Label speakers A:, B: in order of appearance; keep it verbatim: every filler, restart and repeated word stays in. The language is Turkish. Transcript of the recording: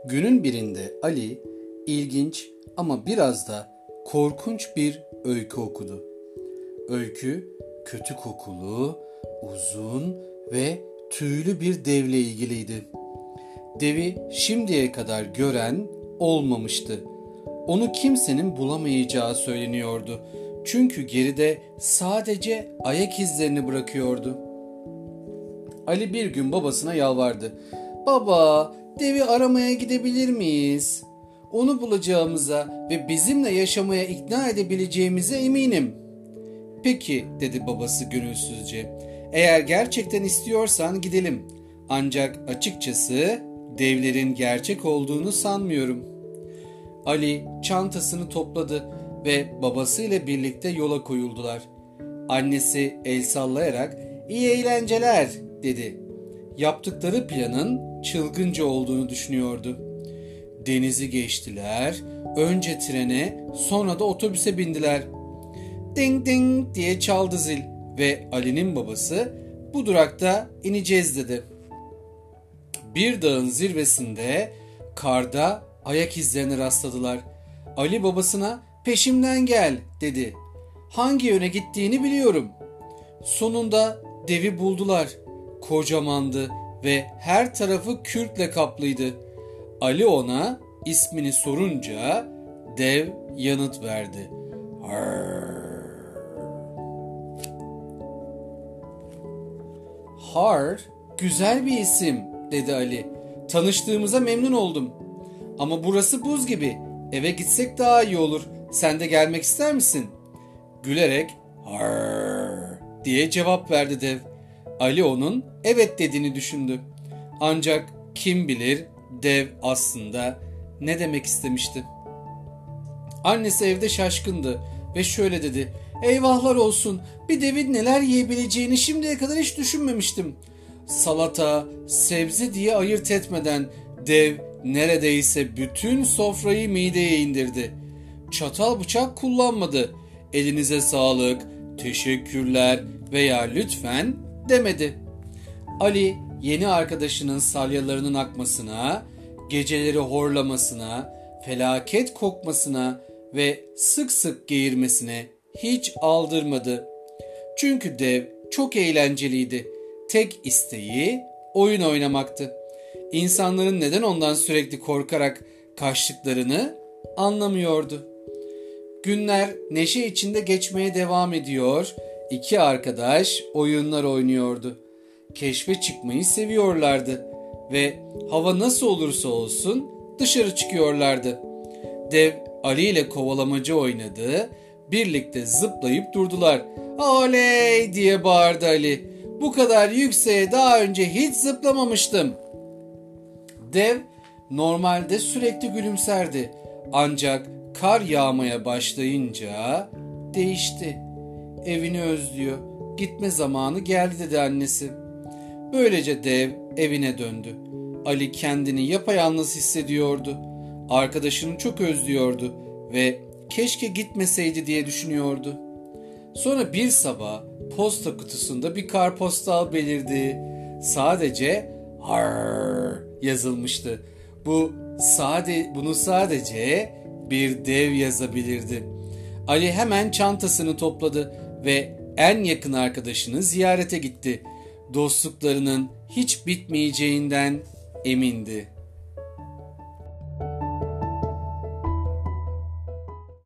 A: Günün birinde Ali ilginç ama biraz da korkunç bir öykü okudu. Öykü kötü kokulu, uzun ve tüylü bir devle ilgiliydi. Devi şimdiye kadar gören olmamıştı. Onu kimsenin bulamayacağı söyleniyordu. Çünkü geride sadece ayak izlerini bırakıyordu. Ali bir gün babasına yalvardı. "Baba, devi aramaya gidebilir miyiz? Onu bulacağımıza ve bizimle yaşamaya ikna edebileceğimize eminim." "Peki," dedi babası gönülsüzce. "Eğer gerçekten istiyorsan gidelim. Ancak açıkçası devlerin gerçek olduğunu sanmıyorum." Ali çantasını topladı ve babasıyla birlikte yola koyuldular. Annesi el sallayarak "İyi eğlenceler," dedi. Yaptıkları planın çılgınca olduğunu düşünüyordu. Denizi geçtiler, önce trene, sonra da otobüse bindiler. Ding ding diye çaldı zil ve Ali'nin babası "Bu durakta ineceğiz," dedi. Bir dağın zirvesinde karda ayak izlerine rastladılar. Ali babasına "Peşimden gel," dedi. "Hangi yöne gittiğini biliyorum." Sonunda devi buldular. Kocamandı ve her tarafı kürkle kaplıydı. Ali ona ismini sorunca dev yanıt verdi. Har. Har, güzel bir isim, dedi Ali. "Tanıştığımıza memnun oldum. Ama burası buz gibi. Eve gitsek daha iyi olur. Sen de gelmek ister misin?" Gülerek "Har" diye cevap verdi dev. Ali onun evet dediğini düşündü. Ancak kim bilir dev aslında ne demek istemişti. Annesi evde şaşkındı ve şöyle dedi. "Eyvahlar olsun, bir devin neler yiyebileceğini şimdiye kadar hiç düşünmemiştim." Salata, sebze diye ayırt etmeden dev neredeyse bütün sofrayı mideye indirdi. Çatal bıçak kullanmadı. "Elinize sağlık, teşekkürler veya lütfen" demedi. Ali yeni arkadaşının salyalarının akmasına, geceleri horlamasına, felaket kokmasına ve sık sık geğirmesine hiç aldırmadı. Çünkü dev çok eğlenceliydi. Tek isteği oyun oynamaktı. İnsanların neden ondan sürekli korkarak kaçtıklarını anlamıyordu. Günler neşe içinde geçmeye devam ediyor. İki arkadaş oyunlar oynuyordu. Keşfe çıkmayı seviyorlardı ve hava nasıl olursa olsun dışarı çıkıyorlardı. Dev Ali ile kovalamacı oynadı. Birlikte zıplayıp durdular. "Oley!" diye bağırdı Ali. "Bu kadar yükseğe daha önce hiç zıplamamıştım." Dev normalde sürekli gülümserdi. Ancak kar yağmaya başlayınca değişti. "Evini özlüyor. Gitme zamanı geldi," dedi annesi. Böylece dev evine döndü. Ali kendini yapayalnız hissediyordu. Arkadaşını çok özlüyordu ve keşke gitmeseydi diye düşünüyordu. Sonra bir sabah posta kutusunda bir kartpostal belirdi. Sadece "Har" yazılmıştı. Bu sade bunu sadece bir dev yazabilirdi. Ali hemen çantasını topladı ve en yakın arkadaşını ziyarete gitti. Dostluklarının hiç bitmeyeceğinden emindi.